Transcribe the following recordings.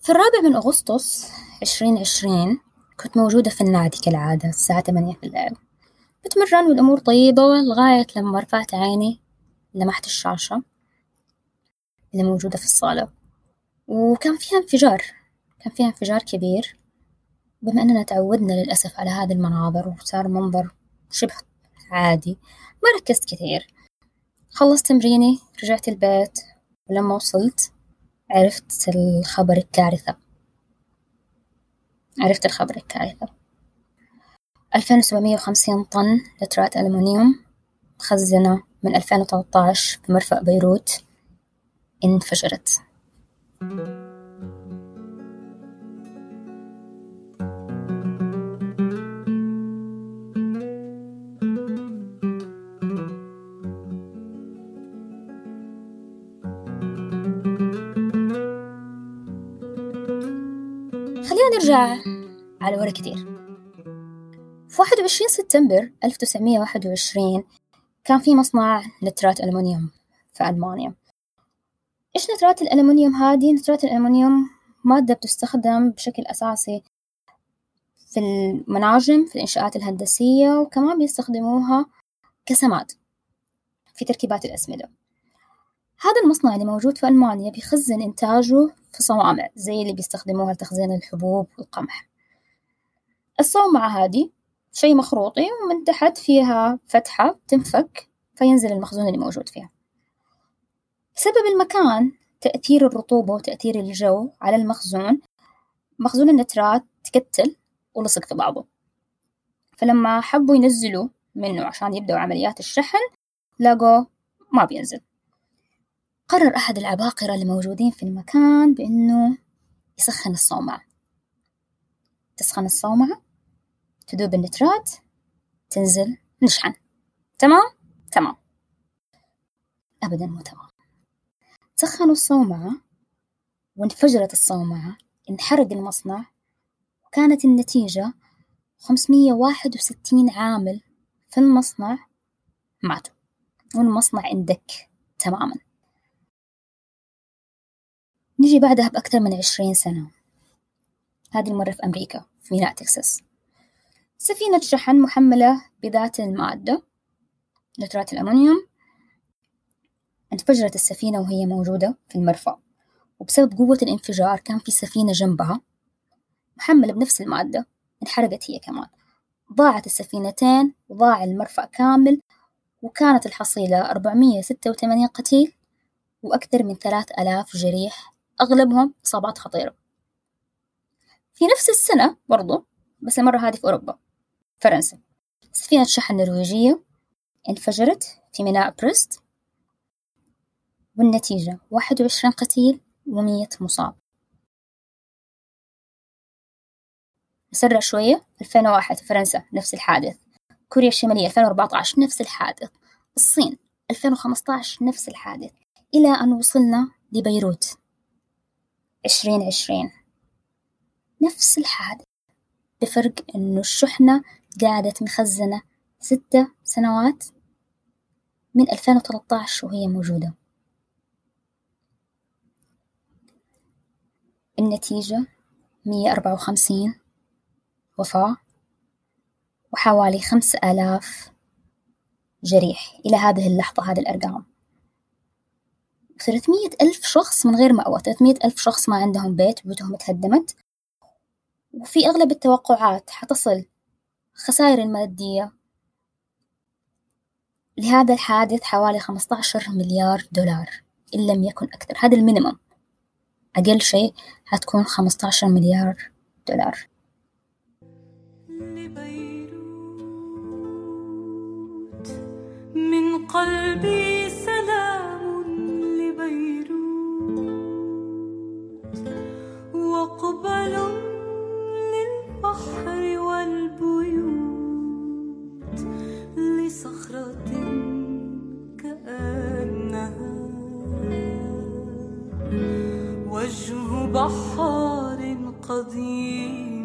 في 4 أغسطس 2020 كنت موجودة في النادي كالعادة الساعة 8 في الليل، بتمرن والأمور طيبة لغاية لما رفعت عيني لمحت الشاشة اللي موجودة في الصالة، وكان فيها انفجار، كان فيها انفجار كبير. بما أننا تعودنا للأسف على هذه المناظر وصار منظر شبه عادي ما ركزت كثير. خلصت تمريني رجعت البيت، ولما وصلت عرفت الخبر الكارثة. 2750 طن نترات ألمنيوم مخزنة من 2013 في مرفأ بيروت انفجرت. خلينا نرجع على ورا كتير. في 21 سبتمبر 1921 كان في مصنع نترات ألمنيوم في ألمانيا. إيش نترات الألمنيوم هذه؟ نترات الألمنيوم مادة بتستخدم بشكل أساسي في المناجم، في الإنشاءات الهندسية، وكمان بيستخدموها كسماد في تركيبات الأسمدة. هذا المصنع اللي موجود في ألمانيا بيخزن إنتاجه في صوامع زي اللي بيستخدموها لتخزين الحبوب والقمح. الصومعة هذه شيء مخروطي ومن تحت فيها فتحة تنفك فينزل المخزون اللي موجود فيها. بسبب المكان، تأثير الرطوبة وتأثير الجو على المخزون، مخزون النترات تكتل ولصق في بعضه، فلما حبوا ينزلوا منه عشان يبدأوا عمليات الشحن لقوا ما بينزل. قرر أحد العباقرة اللي موجودين في المكان بأنه يسخن الصومعة. تسخن الصومعة، تذوب النترات، تنزل، نشحن. تمام. أبدا مو تمام. سخنوا الصومعة وانفجرت الصومعة، انحرق المصنع، وكانت النتيجة 561 عامل في المصنع ماتوا، والمصنع اندك تماما. نجي بعدها بأكثر من 20 سنة، هذه المرة في أمريكا في ميناء تكساس. سفينة شحن محملة بذات المادة نترات الأمونيوم، انفجرت السفينة وهي موجودة في المرفأ، وبسبب قوة الانفجار كان في سفينة جنبها محملة بنفس المادة، انحرقت هي كمان. ضاعت السفينتين وضاع المرفأ كامل، وكانت الحصيلة 486 قتيل وأكثر من 3000 جريح، أغلبهم إصابات خطيرة. في نفس السنة برضو، بس المرة هذه في أوروبا، فرنسا، سفينة شحن نرويجية انفجرت في ميناء بريست، والنتيجة 21 قتيل و100 مصاب. نسرع شوية، 2001 فرنسا نفس الحادث، كوريا الشمالية 2014 نفس الحادث، الصين 2015 نفس الحادث، إلى أن وصلنا لبيروت 2020 نفس الحادث، بفرق إنه الشحنة قعدت مخزنة 6 سنوات من 2013 وهي موجودة. النتيجة 154 وفاة وحوالي 5000 جريح إلى هذه اللحظة. هذه الأرقام 300,000 شخص من غير مأوى، 300,000 شخص ما عندهم بيت، بيوتهم اتهدمت. وفي أغلب التوقعات حتصل خسائر المادية لهذا الحادث حوالي 15 مليار دولار إن لم يكن أكثر. هذا المينيمم، أقل شيء هتكون 15 مليار دولار. لبيروت من قلبي سلام، لبيروت وقبل للبحر والبيوت، لصخرة كأنها وجه بحار قديم.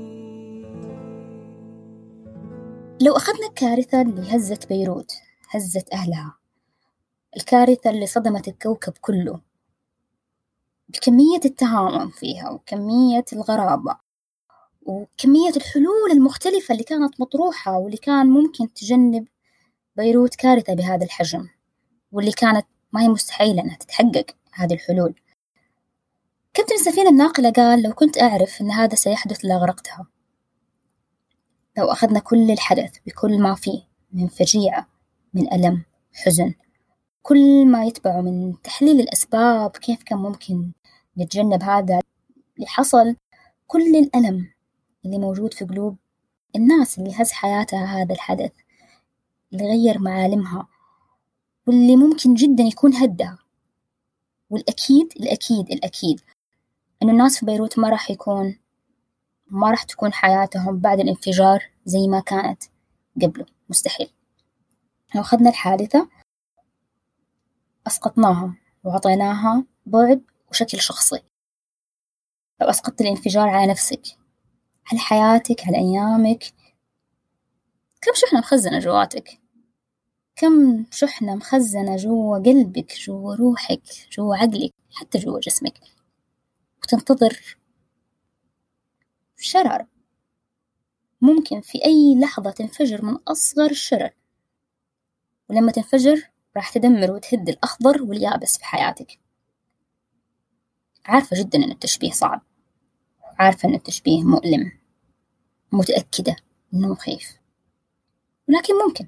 لو أخذنا الكارثة اللي هزت بيروت، هزت أهلها، الكارثة اللي صدمت الكوكب كله، بكمية التهاون فيها وكمية الغرابة وكمية الحلول المختلفة اللي كانت مطروحة، واللي كان ممكن تجنب بيروت كارثة بهذا الحجم، واللي كانت ما هي مستحيلة أنها تتحقق هذه الحلول. كابتن السفينة الناقلة قال: لو كنت أعرف أن هذا سيحدث لأغرقتها. لو أخذنا كل الحدث بكل ما فيه من فجيعة، من ألم، حزن، كل ما يتبعه من تحليل الأسباب، كيف كان ممكن نتجنب هذا اللي حصل، كل الألم اللي موجود في قلوب الناس اللي هز حياتها هذا الحدث، اللي غير معالمها، واللي ممكن جدا يكون هدها. والأكيد الأكيد الأكيد إنه الناس في بيروت ما راح تكون حياتهم بعد الانفجار زي ما كانت قبله، مستحيل. لو أخذنا الحادثة أسقطناها وعطيناها بعد وشكل شخصي. لو أسقطت الانفجار على نفسك، على حياتك، على أيامك، كم شحنة مخزنة جواتك، كم شحنة مخزنة جوا قلبك، جوا روحك، جوا عقلك، حتى جوا جسمك، وتنتظر شرر ممكن في أي لحظة تنفجر من أصغر الشرر، ولما تنفجر راح تدمر وتهد الأخضر واليابس في حياتك. عارفة جدا أن التشبيه صعب، عارفة أن التشبيه مؤلم، متأكدة أنه مخيف، ولكن ممكن.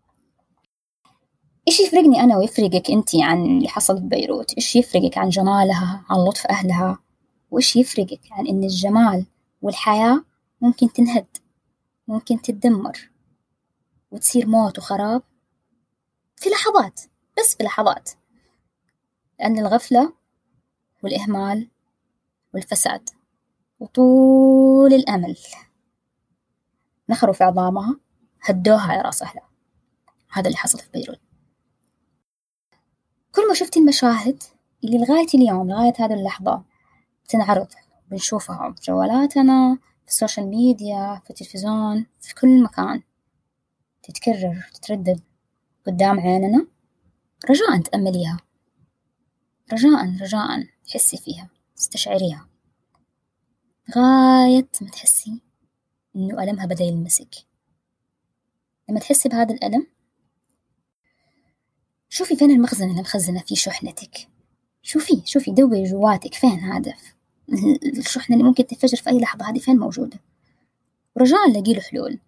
إيش يفرقني أنا ويفرقك أنتي عن اللي حصل في بيروت؟ إيش يفرقك عن جمالها، عن لطف أهلها؟ وإيش يفرقك عن أن الجمال والحياة ممكن تنهد، ممكن تتدمر وتصير موت وخراب في لحظات، بس في لحظات، لأن الغفلة والإهمال والفساد وطول الأمل نخروا في عظامها، هدوها يا راس أهلها. هذا اللي حصل في بيروت. كل ما شفت المشاهد اللي لغاية اليوم، لغاية هذه اللحظة تنعرض، بنشوفها في جوالاتنا، في السوشيال ميديا، في التلفزيون، في كل مكان، تتكرر تتردد قدام عيننا، رجاء تأمليها، رجاء حسي فيها، استشعريها، غاية ما تحسي إنه ألمها بدأ يلمسك. لما تحسي بهذا الألم، شوفي فين المخزن اللي مخزنة فيه شحنتك، شوفي دوري جواتك فين هذا الشحنة اللي ممكن تنفجر في أي لحظة، هذه فين موجودة؟ رجاء لاقي له حلول،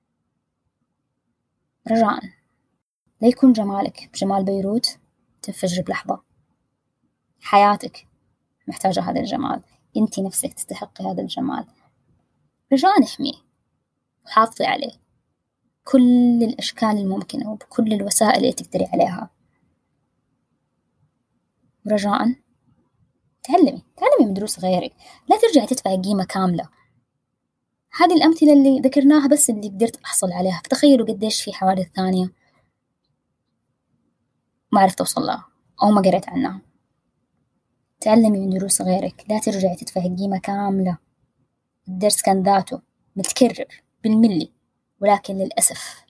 رجاء لا يكون جمالك بجمال بيروت تنفجر بلحظة. حياتك محتاجة هذا الجمال، انتي نفسك تستحقي هذا الجمال. رجاء احميه وحافظي عليه كل الأشكال الممكنة وبكل الوسائل اللي تقدري عليها. رجاء تعلمي من دروس غيرك، لا ترجعي تدفعي قيمة كاملة. هذه الأمثلة اللي ذكرناها بس اللي قدرت أحصل عليها، فتخيلوا قديش في حوادث ثانية ما عرفت أوصل لها أو ما قريت عنها. تعلمي من دروس غيرك، لا ترجعي تدفعي قيمة كاملة. الدرس كان ذاته متكرر بالملي، ولكن للأسف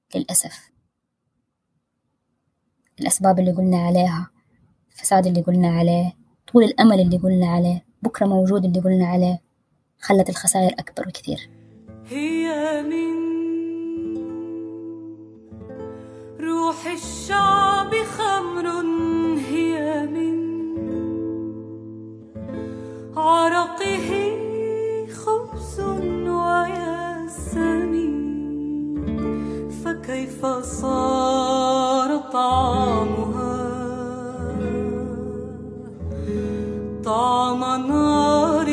الأسباب اللي قلنا عليها، الفساد اللي قلنا عليه، طول الأمل اللي قلنا عليه، بكرة موجود اللي قلنا عليه، خلت الخسائر أكبر بكثير. هي من روح الشعب خمر، هي من عرقه خبز وياسمين، فكيف صار طعمها طعم نار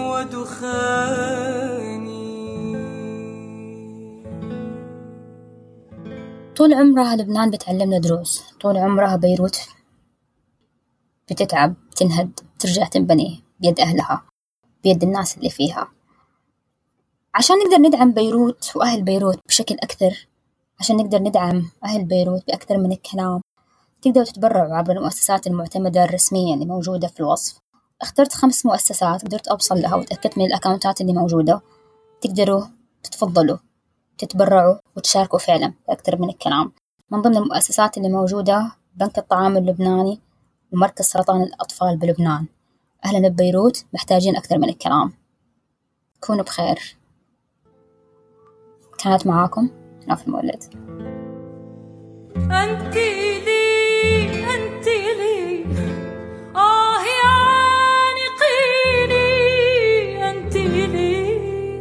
ودخان. طول عمرها لبنان بتعلمنا دروس، طول عمرها بيروت بتتعب، بتنهد، بترجع تنبني بيد أهلها، بيد الناس اللي فيها. عشان نقدر ندعم بيروت وأهل بيروت بشكل أكثر، عشان نقدر ندعم أهل بيروت بأكثر من الكلام، تقدروا تتبرعوا عبر المؤسسات المعتمدة الرسمية اللي موجودة في الوصف. اخترت 5 مؤسسات قدرت أوصل لها وتأكدت من الأكاونتات اللي موجودة. تقدروا تتفضلوا تتبرعوا وتشاركوا فعلا بأكثر من الكلام. من ضمن المؤسسات اللي موجودة بنك الطعام اللبناني ومركز سرطان الأطفال بلبنان. أهلنا ببيروت محتاجين أكثر من الكلام. كونوا بخير. كانت معاكم ناف المولد. أنت لي أنت لي عانقيني، أنت لي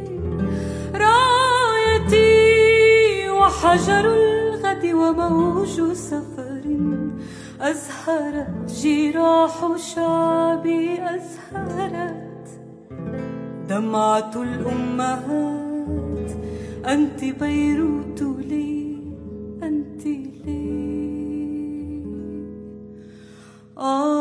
رايتي وحجر الغد وموج سفر، أزهرت جراح شعبي، أزهرت دمعة الأمهات. أنت بيروت لي، أنت لي